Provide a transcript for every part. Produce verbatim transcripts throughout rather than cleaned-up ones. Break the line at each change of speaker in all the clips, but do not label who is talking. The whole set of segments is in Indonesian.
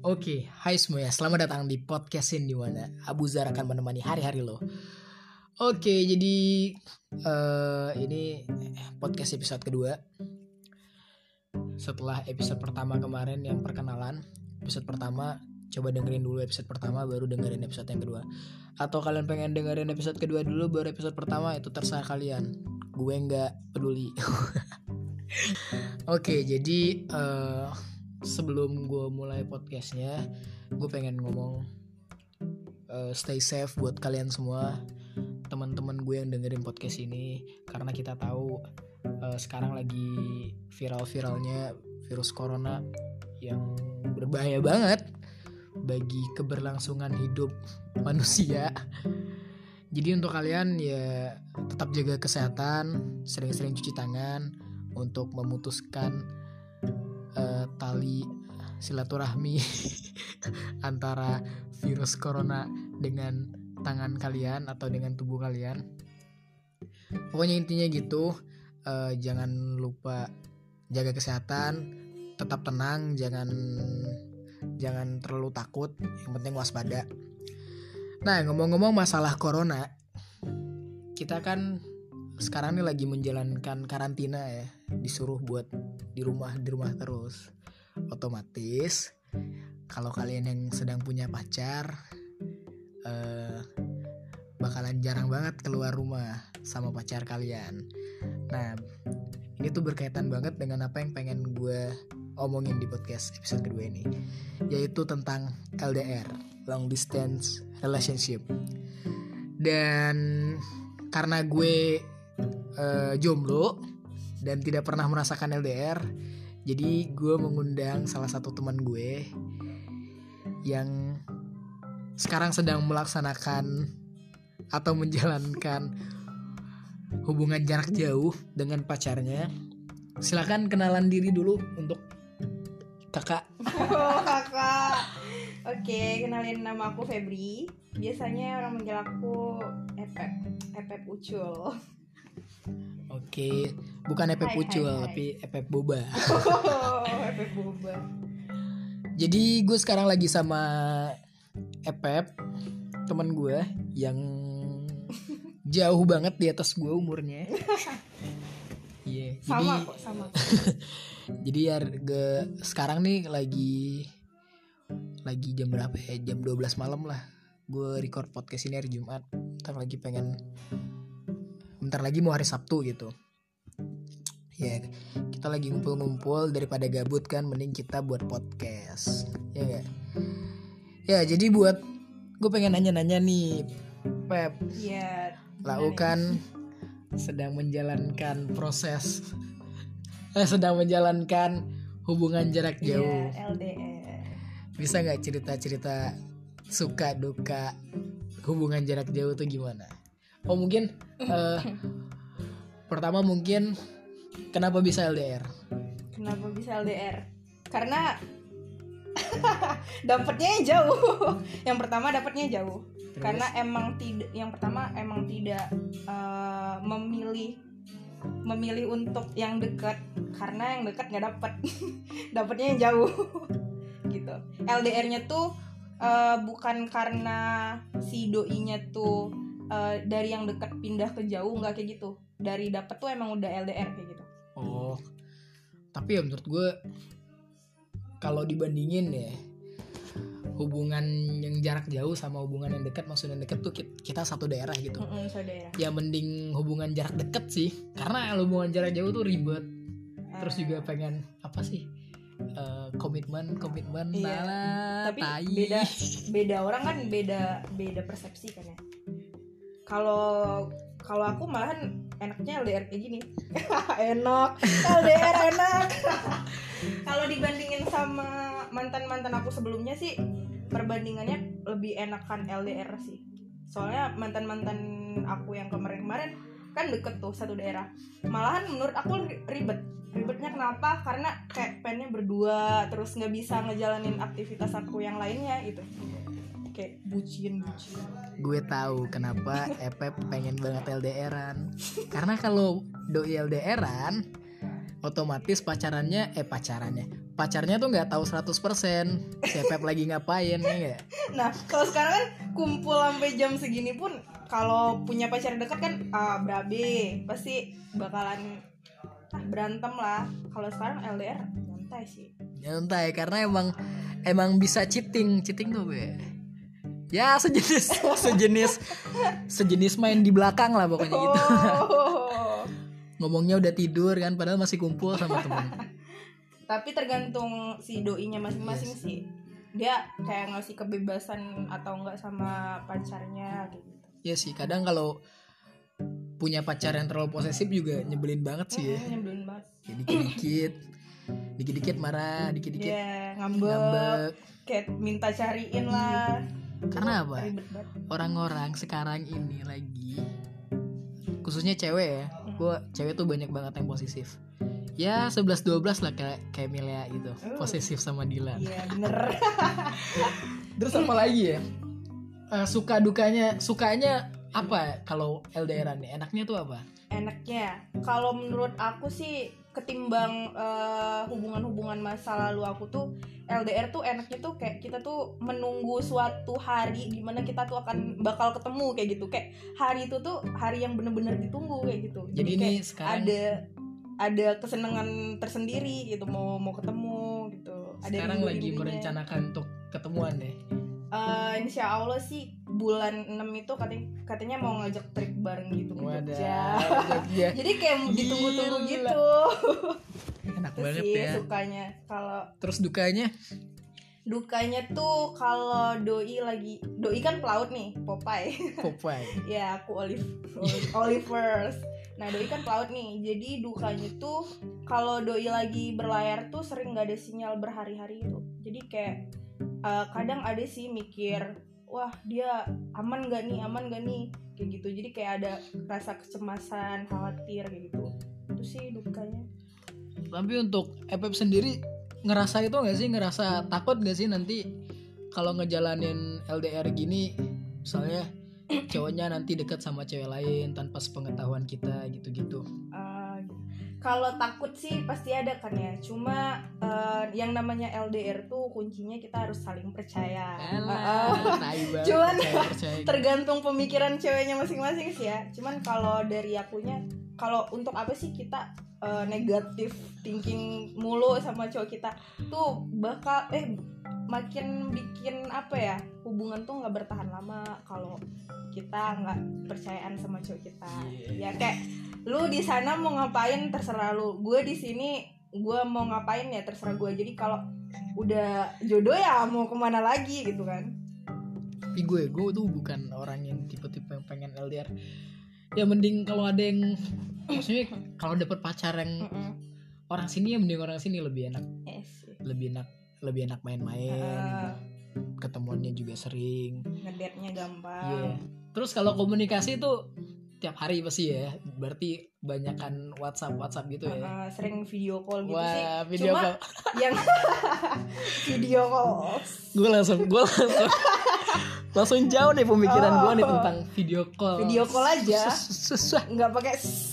Oke, hai semuanya. Selamat datang di podcastin di mana Abu Zar akan menemani hari-hari lo. Oke, jadi uh, ini podcast episode kedua. Setelah episode pertama kemarin yang perkenalan, episode pertama, coba dengerin dulu episode pertama, baru dengerin episode yang kedua. Atau kalian pengen dengerin episode kedua dulu, baru episode pertama, itu terserah kalian. Gue nggak peduli. Oke, jadi uh, sebelum gue mulai podcastnya, gue pengen ngomong uh, stay safe buat kalian semua, teman-teman gue yang dengerin podcast ini, karena kita tahu uh, sekarang lagi viral-viralnya virus corona yang berbahaya banget bagi keberlangsungan hidup manusia. Jadi untuk kalian ya tetap jaga kesehatan, sering-sering cuci tangan untuk memutuskan Uh, tali silaturahmi antara virus corona dengan tangan kalian atau dengan tubuh kalian. Pokoknya intinya gitu, uh, jangan lupa jaga kesehatan, tetap tenang, jangan jangan terlalu takut, yang penting waspada. Nah, ngomong-ngomong masalah corona, kita kan sekarang ini lagi menjalankan karantina ya, disuruh buat di rumah di rumah terus. Otomatis kalau kalian yang sedang punya pacar eh, bakalan jarang banget keluar rumah sama pacar kalian. Nah, ini tuh berkaitan banget dengan apa yang pengen gue omongin di podcast episode kedua ini, yaitu tentang L D R, long distance relationship. Dan karena gue Uh, jomblo dan tidak pernah merasakan L D R, jadi gue mengundang salah satu teman gue yang sekarang sedang melaksanakan atau menjalankan hubungan jarak jauh dengan pacarnya. Silakan kenalan diri dulu untuk kakak.
Oh, kakak. Oke, kenalin, nama aku Febri. Biasanya orang manggil aku Epep, Epep Ucul.
Oke, bukan Epep Ucul, tapi Epep Boba.
Oh, Epep Boba.
Jadi gue sekarang lagi sama Epep, teman gue yang jauh banget di atas gue umurnya. Iya. Yeah,
sama
jadi,
kok, sama.
Jadi ya gue sekarang nih lagi lagi jam berapa ya? Jam dua belas malam lah. Gue record podcast ini hari Jumat. Ntar lagi pengen bentar lagi mau hari Sabtu gitu. Ya, kita lagi ngumpul-ngumpul, daripada gabut kan, mending kita buat podcast. Ya gak? Ya, jadi buat gue pengen nanya-nanya nih, Pep.
Iya.
Lau kan sedang menjalankan proses eh, sedang menjalankan hubungan jarak jauh.
Iya, L D R.
Bisa gak cerita-cerita suka duka hubungan jarak jauh tuh gimana? Oh mungkin uh, pertama mungkin kenapa bisa L D R?
Kenapa bisa L D R? Karena dapatnya jauh. Yang pertama dapatnya jauh. Terus? Karena emang tidak. Yang pertama emang tidak uh, memilih memilih untuk yang dekat, karena yang dekat nggak dapat. Dapatnya yang jauh. Gitu. L D R-nya tuh uh, bukan karena si doinya tuh Uh, dari yang dekat pindah ke jauh, nggak kayak gitu. Dari dapet tuh emang udah L D R kayak gitu.
Oh, tapi ya menurut gue kalau dibandingin ya, hubungan yang jarak jauh sama hubungan yang dekat, maksudnya yang dekat tuh kita satu daerah gitu.
Mm-mm, satu daerah.
Ya mending hubungan jarak dekat sih, karena hubungan jarak jauh tuh ribet. Terus uh. juga pengen apa sih? Uh, komitmen komitmen
iya.
Nah,
tapi
tai.
beda beda orang kan, beda beda persepsi kan ya. Kalau kalau aku malahan enaknya L D R kayak gini. Enak, L D R enak. Kalau dibandingin sama mantan-mantan aku sebelumnya sih, perbandingannya lebih enakan L D R sih. Soalnya mantan-mantan aku yang kemarin-kemarin kan deket tuh, satu daerah. Malahan menurut aku ribet. Ribetnya kenapa? Karena kayak pengennya berdua, terus nggak bisa ngejalanin aktivitas aku yang lainnya gitu. Kayak bucin-bucin.
Gue tahu kenapa Epep pengen banget L D R-an. Karena kalau doi L D R-an, otomatis pacarannya eh pacarannya pacarnya tuh nggak tahu seratus persen si Pep lagi ngapain ya nggak?
Nah kalau sekarang kan kumpul sampai jam segini pun kalau punya pacar dekat kan ah, berabe pasti bakalan ah, berantem lah. Kalau sekarang L D R nyantai sih.
Nyantai karena emang emang bisa cheating, cheating tuh be. Ya sejenis sejenis sejenis main di belakang lah pokoknya gitu.
Oh.
Ngomongnya udah tidur kan padahal masih kumpul sama teman.
Tapi tergantung si doinya masing-masing yes. sih. Dia kayak ngasih kebebasan atau enggak sama pacarnya gitu.
Iya sih, kadang kalau punya pacar yang terlalu posesif juga nyebelin banget sih ya.
Mm, nyebelin banget.
Ya, dikit-dikit dikit-dikit marah, dikit-dikit
yeah, ngambek,
ngambek,
kayak minta cariin lah.
Karena apa? Orang-orang sekarang ini lagi khususnya cewek ya. Gue cewek tuh banyak banget yang posesif. Ya sebelas dua belas lah kayak kayak Milea gitu. Uh, posesif sama Dilan.
Iya bener.
Terus apa lagi ya? Uh, suka dukanya, sukanya apa kalau L D R-an nih? Enaknya tuh apa?
Enaknya kalau menurut aku sih ketimbang uh, hubungan-hubungan masa lalu aku tuh L D R tuh enaknya tuh kayak kita tuh menunggu suatu hari dimana kita tuh akan bakal ketemu kayak gitu. Kayak hari itu tuh hari yang bener-bener ditunggu kayak gitu.
Jadi,
Jadi
ini
kayak
sekarang
ada ada kesenangan tersendiri gitu mau mau ketemu gitu.
Sekarang
ada
lagi merencanakan untuk ketemuan deh.
Uh, insya Allah sih bulan enam itu katanya katanya mau ngajak trip bareng gitu ke Jogja. Jadi kayak ditunggu-tunggu gitu.
Enak
itu
banget
sih
ya.
Sukanya. Kalau
terus dukanya?
Dukanya tuh kalau doi lagi doi kan pelaut nih, Popeye.
Popeye.
Ya aku Olive Olivers. Nah doi kan pelaut nih, jadi dukanya tuh kalau doi lagi berlayar tuh sering nggak ada sinyal berhari-hari itu. Jadi kayak uh, kadang ada sih mikir, wah dia aman nggak nih, aman nggak nih, kayak gitu. Jadi kayak ada rasa kecemasan, khawatir kayak gitu. Itu sih dukanya.
Tapi untuk Epep sendiri ngerasa itu nggak sih, ngerasa takut nggak sih nanti kalau ngejalanin L D R gini, misalnya cowoknya nanti dekat sama cewek lain tanpa sepengetahuan kita gitu-gitu?
Uh, kalau takut sih pasti ada kan ya. Cuma uh, yang namanya L D R tuh kuncinya kita harus saling percaya.
Elah, uh, uh.
Cuman
percaya, percaya.
Tergantung pemikiran ceweknya masing-masing sih ya. Cuman kalau dari akunya, kalau untuk apa sih kita uh, negatif thinking mulu sama cowok kita tuh bakal eh makin bikin apa ya, hubungan tuh nggak bertahan lama kalau kita nggak percayaan sama cowok kita. Yeah. Ya kayak lu di sana mau ngapain terserah lu, gue di sini gue mau ngapain ya terserah gue. Jadi kalau udah jodoh ya mau kemana lagi gitu kan.
Tapi gue gue tuh bukan orang yang tipe-tipe yang pengen L D R. Ya mending kalau ada yang maksudnya kalau dapet pacar yang Mm-mm. orang sini ya mending orang sini, lebih enak.
Yes.
Lebih enak lebih enak main-main. Uh, ketemuannya juga sering.
Ngedate-nya gampang.
Iya. Yeah. Terus kalau komunikasi tuh tiap hari pasti ya. Berarti banyakan WhatsApp WhatsApp gitu ya.
Uh, sering video call gitu.
Wah,
sih.
Video
Cuma
call.
yang video call.
Gue langsung gue langsung langsung jauh nih pemikiran oh. gue nih tentang video call.
Video call aja.
Susah.
Nggak pakai.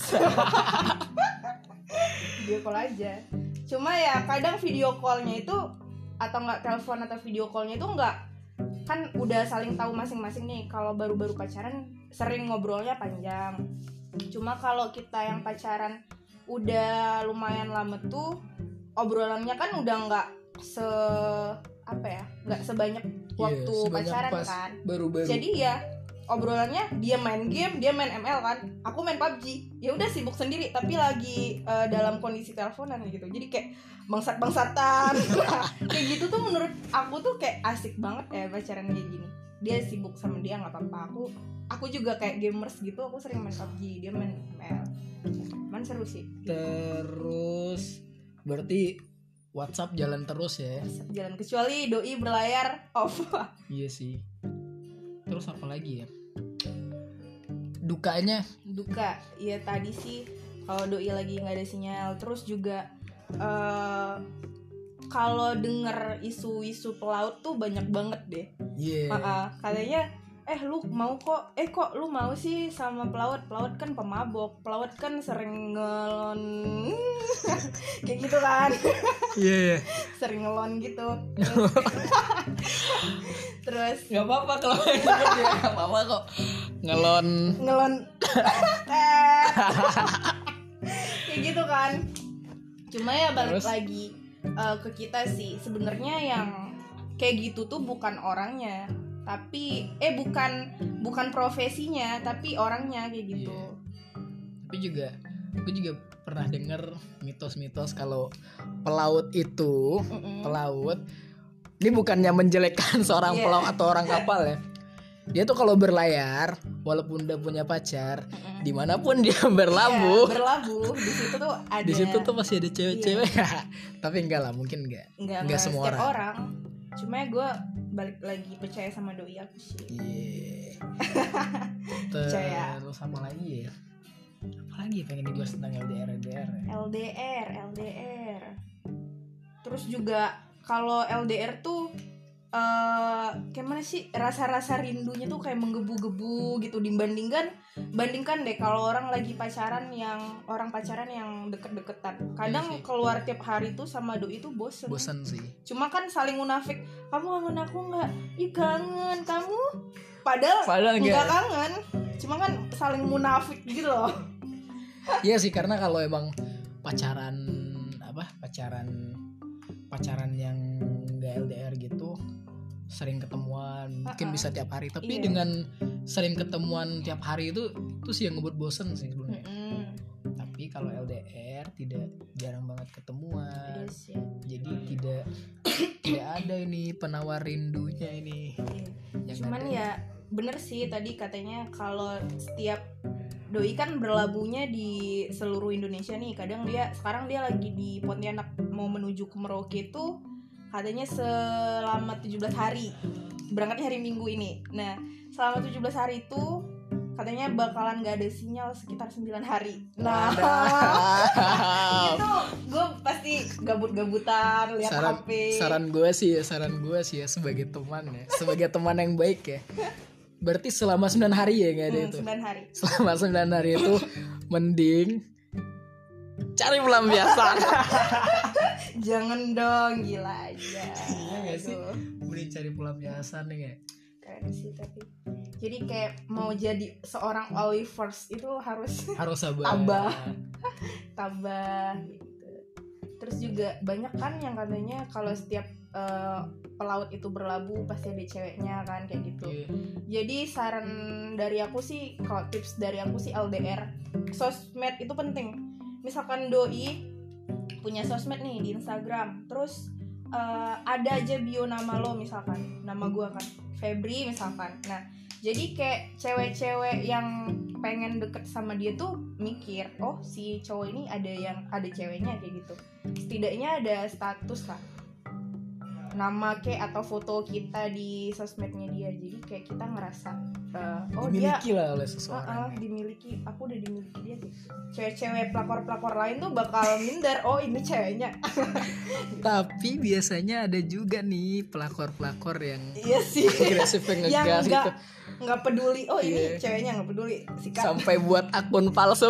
Video call aja. Cuma ya kadang video callnya itu atau nggak telepon atau video callnya itu nggak, kan udah saling tahu masing-masing nih. Kalau baru-baru pacaran sering ngobrolnya panjang. Cuma kalau kita yang pacaran udah lumayan lama tuh obrolannya kan udah nggak se apa ya, nggak sebanyak waktu yeah, pacaran kan.
Baru-baru.
Jadi ya obrolannya dia main game, dia main M L kan, aku main P U B G. Ya udah sibuk sendiri tapi lagi uh, dalam kondisi teleponan gitu. Jadi kayak bangsat-bangsatan. Kayak gitu tuh menurut aku tuh kayak asik banget ya pacaran kayak gini. Dia sibuk sama dia nggak apa-apa. Aku aku juga kayak gamers gitu, aku sering main P U B G, dia main M L. Man seru sih.
Terus berarti WhatsApp jalan terus ya?
WhatsApp jalan kecuali doi berlayar off.
Iya sih. Terus apa lagi ya? Dukanya?
Duka, ya tadi sih kalau doi lagi nggak ada sinyal. Terus juga uh, kalau denger isu-isu pelaut tuh banyak banget deh.
Iya. Yeah.
Uh-uh. Katanya eh lu mau kok eh kok lu mau sih sama pelaut, pelaut kan pemabok, pelaut kan sering ngelon kayak gitu kan.
Iya yeah, yeah.
Sering ngelon gitu. Terus, terus
nggak apa-apa kalau gitu ya, nggak apa-apa kok ngelon
ngelon kayak gitu kan. Cuma ya balik terus? Lagi uh, ke kita sih sebenarnya yang kayak gitu tuh bukan orangnya, tapi eh bukan bukan profesinya, tapi orangnya kayak gitu. Yeah.
Tapi juga gue juga pernah denger mitos-mitos kalau pelaut itu Mm-mm. pelaut ini bukannya menjelekkan seorang yeah. pelaut atau orang kapal ya. Dia tuh kalau berlayar walaupun udah punya pacar, Mm-mm. dimanapun dia berlabuh,
yeah, berlabuh di situ tuh ada.
Di situ tuh pasti ada cewek-cewek. Yeah. Tapi enggak lah, mungkin enggak.
Enggak, enggak semua orang. orang. Cuma gue balik lagi percaya sama doi aku sih.
Iya.
Yeah.
Terus apa lagi ya? Apa lagi pengen dibahas tentang L D R L D R? Ya?
L D R L D R. Terus juga kalau L D R tuh uh, kayak mana sih rasa-rasa rindunya tuh kayak menggebu-gebu gitu dibandingkan bandingkan deh kalau orang lagi pacaran yang orang pacaran yang deket-deketan. Kadang ya keluar tiap hari tuh sama doi itu bosen.
Bosen sih.
Cuma kan saling munafik. Kamu kangen aku nggak? Ih kangen kamu. Padahal, Padahal nggak kangen. Cuma kan saling munafik gitu loh.
Iya sih, karena kalau emang pacaran apa pacaran pacaran yang nggak L D R gitu sering ketemuan uh-uh. mungkin bisa tiap hari, tapi iya. dengan sering ketemuan tiap hari itu itu sih yang ngebuat bosen sih sebenarnya. Mm-hmm. Tapi kalau L D R tidak jarang banget ketemuan, yes, ya. Jadi tidak tidak ada ini penawar rindunya ini.
Iya. Cuman ada. Ya bener sih tadi katanya kalau setiap doi kan berlabuhnya di seluruh Indonesia nih. Kadang dia sekarang dia lagi di Pontianak mau menuju ke Merauke tuh katanya selama tujuh belas hari. Berangkatnya hari Minggu ini. Nah, selama tujuh belas hari itu katanya bakalan gak ada sinyal sekitar sembilan hari. Nah, itu gue pasti gabut-gabutan lihat
saran,
H P.
Saran gue sih ya, saran gue sih ya sebagai teman ya, sebagai teman yang baik ya. Berarti selama sembilan hari ya nggak ada hmm, itu. sembilan hari. Selama sembilan hari itu mending cari pelampiasan.
Jangan dong, gila aja.
Iya nggak sih? Mending cari pelampiasan nih kayak.
Keren sih tapi. Jadi kayak mau jadi seorang Olivers itu harus
harus sabar.
Tabah. Tabah gitu. Terus juga banyak kan yang katanya kalau setiap uh, pelaut itu berlabuh pasti ada ceweknya kan kayak gitu. Yeah. Jadi saran dari aku sih, kalau tips dari aku sih L D R, sosmed itu penting. Misalkan doi punya sosmed nih di Instagram, terus uh, ada aja bio nama lo misalkan, nama gue kan Febri misalkan. Nah, jadi kayak cewek-cewek yang pengen deket sama dia tuh mikir, oh si cowok ini ada yang ada ceweknya kayak gitu. Setidaknya ada status lah, nama kayak atau foto kita di sosmednya dia, jadi kayak kita ngerasa uh, oh
dimiliki
dia
lah oleh seseorang.
Uh, uh, dimiliki, aku udah dimiliki dia gitu. Cewek-cewek pelakor-pelakor lain tuh bakal minder, oh ini ceweknya.
Tapi biasanya ada juga nih pelakor-pelakor yang
iya sih,
agresif ngegas gitu,
nggak peduli, oh ini yeah. ceweknya nggak peduli. Sikat.
Sampai buat akun palsu.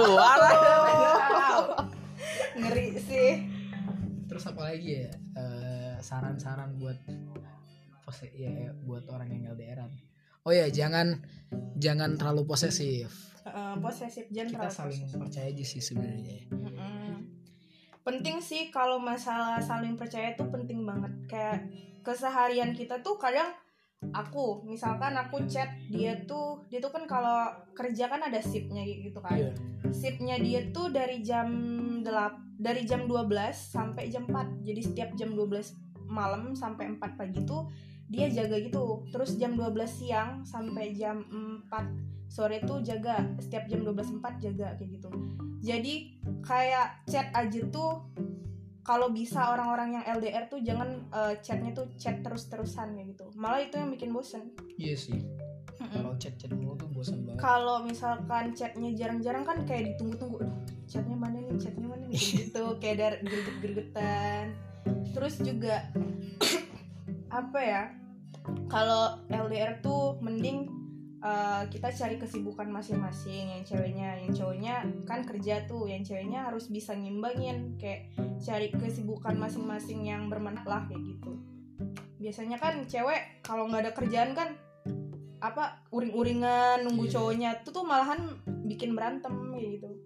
Wow. Ngeri sih.
Terus apa lagi ya? Uh, saran-saran buat pose- ya buat orang yang L D R-an. Oh ya, jangan jangan terlalu posesif.
Uh, posesif jangan
Kita
terlalu
saling
posesif.
percaya aja sih sebenarnya.
Mm-mm. Penting sih kalau masalah saling percaya tuh penting banget. Kayak keseharian kita tuh kadang aku misalkan aku chat dia tuh dia tuh kan kalau kerja kan ada shiftnya gitu kan. Yeah. Shiftnya dia tuh dari jam delapan dari jam dua belas sampai jam empat. Jadi setiap jam dua belas malam sampai empat pagi tuh dia jaga gitu. Terus jam dua belas siang sampai jam empat sore tuh jaga. Setiap jam dua belas empat jaga kayak gitu. Jadi kayak chat aja tuh kalau bisa orang-orang yang L D R tuh jangan uh, chatnya tuh chat terus-terusan kayak gitu. Malah itu yang bikin bosen.
Iya sih. Kalau chat-chat mulu tuh bosan banget.
Kalau misalkan chatnya jarang-jarang kan kayak ditunggu-tunggu. Aduh, chatnya mana nih? Chatnya mana nih? Gitu kayak dar gerget-gergetan. Terus juga apa ya? Kalau L D R tuh mending uh, kita cari kesibukan masing-masing. Yang ceweknya, yang cowoknya kan kerja tuh, yang ceweknya harus bisa ngimbangin, kayak cari kesibukan masing-masing yang bermanfaat lah kayak gitu. Biasanya kan cewek kalau nggak ada kerjaan kan apa uring-uringan nunggu yeah. cowoknya tuh tuh malahan bikin berantem kayak gitu.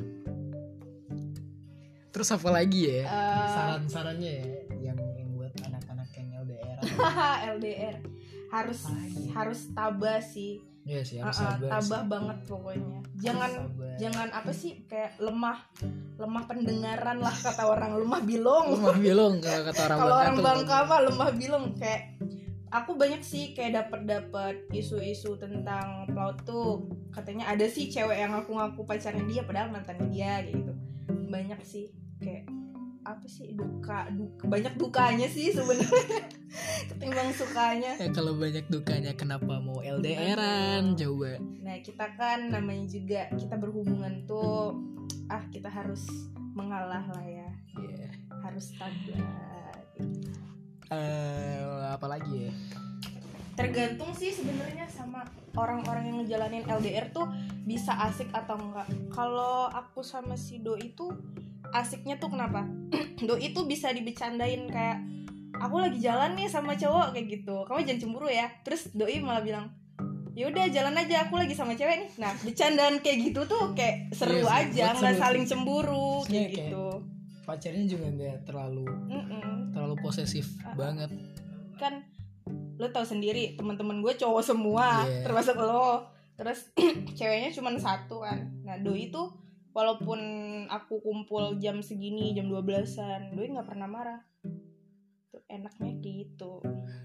Terus apa lagi ya
uh,
saran-sarannya ya yang, yang buat anak-anak yang L D R?
L D R harus Ay. harus tabah sih.
Iya sih, harus
uh, uh,
sabar
tabah
sih.
banget pokoknya. Jangan
sabar. jangan
apa sih kayak lemah lemah pendengaran lah kata orang, lemah bilong.
Lemah bilong kalau kata orang
Kalau orang
Bangka.
Bangka apa lemah bilong, kayak aku banyak sih kayak dapat-dapat isu-isu tentang pelaut tuh. Katanya ada sih cewek yang ngaku-ngaku pacarnya dia padahal mantannya dia gitu. Banyak sih kayak apa sih duka, duka banyak dukanya sih sebenarnya ketimbang sukanya.
Ya kalau banyak dukanya kenapa mau L D R-an coba?
Nah kita kan namanya juga kita berhubungan tuh ah kita harus mengalah lah ya.
Yeah.
Harus tabah.
Uh, apa lagi ya?
Tergantung sih sebenarnya sama orang-orang yang ngejalanin L D R tuh bisa asik atau enggak. Kalau aku sama si Doi itu asiknya tuh kenapa? Doi itu bisa dibecandain kayak aku lagi jalan nih sama cowok kayak gitu. Kamu jangan cemburu ya. Terus Doi malah bilang, "Ya udah jalan aja, aku lagi sama cewek nih." Nah, bercandaan kayak gitu tuh kayak seru yes, aja, enggak saling cemburu kayak, kayak gitu.
Pacarnya juga enggak terlalu Mm-mm. terlalu posesif uh, banget.
Kan lo tau sendiri teman-teman gue cowok semua, yeah. termasuk lo. Terus ceweknya cuma satu kan. Nah, Doi tuh walaupun aku kumpul jam segini, jam dua belasan, Doi gak pernah marah. Tuh enaknya gitu.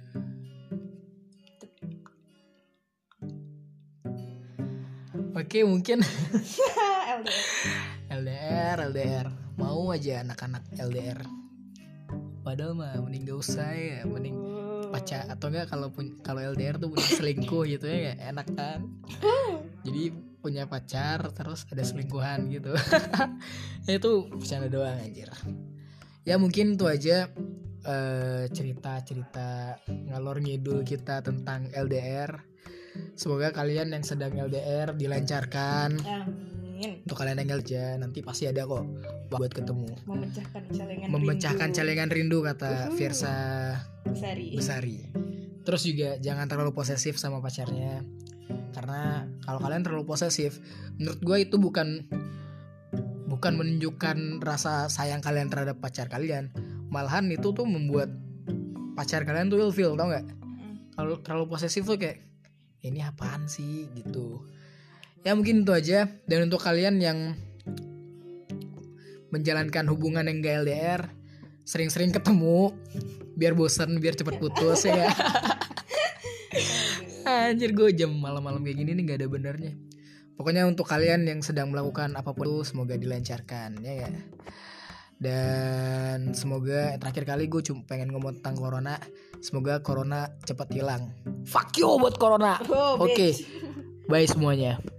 Oke mungkin
L D R
L D R, L D R mau aja anak-anak L D R. Padahal mah mending gak usah ya, mending pacar atau enggak kalau kalau L D R tuh mending selingkuh gitu ya, gak enak kan. Jadi punya pacar terus ada selingkuhan gitu. Itu bercanda doang anjir. Ya mungkin itu aja uh, cerita-cerita ngalor ngidul kita tentang L D R. Semoga kalian yang sedang L D R dilancarkan.
Amin.
Untuk kalian yang L D R nanti pasti ada kok buat ketemu.
Memecahkan celengan
Memecahkan
rindu.
celengan rindu kata
uh-huh.
Fiersa
Besari.
Besari. Terus juga jangan terlalu posesif sama pacarnya. Karena kalau kalian terlalu posesif, menurut gue itu bukan bukan menunjukkan rasa sayang kalian terhadap pacar kalian, malahan itu tuh membuat pacar kalian tuh ilfeel, tau nggak? Kalau mm. terlalu posesif tuh kayak ini apaan sih gitu. Ya mungkin itu aja. Dan untuk kalian yang menjalankan hubungan yang gak L D R, sering-sering ketemu biar bosan, biar cepet putus ya. Anjir gue jam malam-malam kayak gini nih gak ada benernya. Pokoknya untuk kalian yang sedang melakukan apapun itu semoga dilancarkan ya ya. Dan semoga terakhir kali gue cuma pengen ngomong tentang corona. Semoga corona cepat hilang. Fuck you buat corona.
Oh,
Oke okay. Bye semuanya.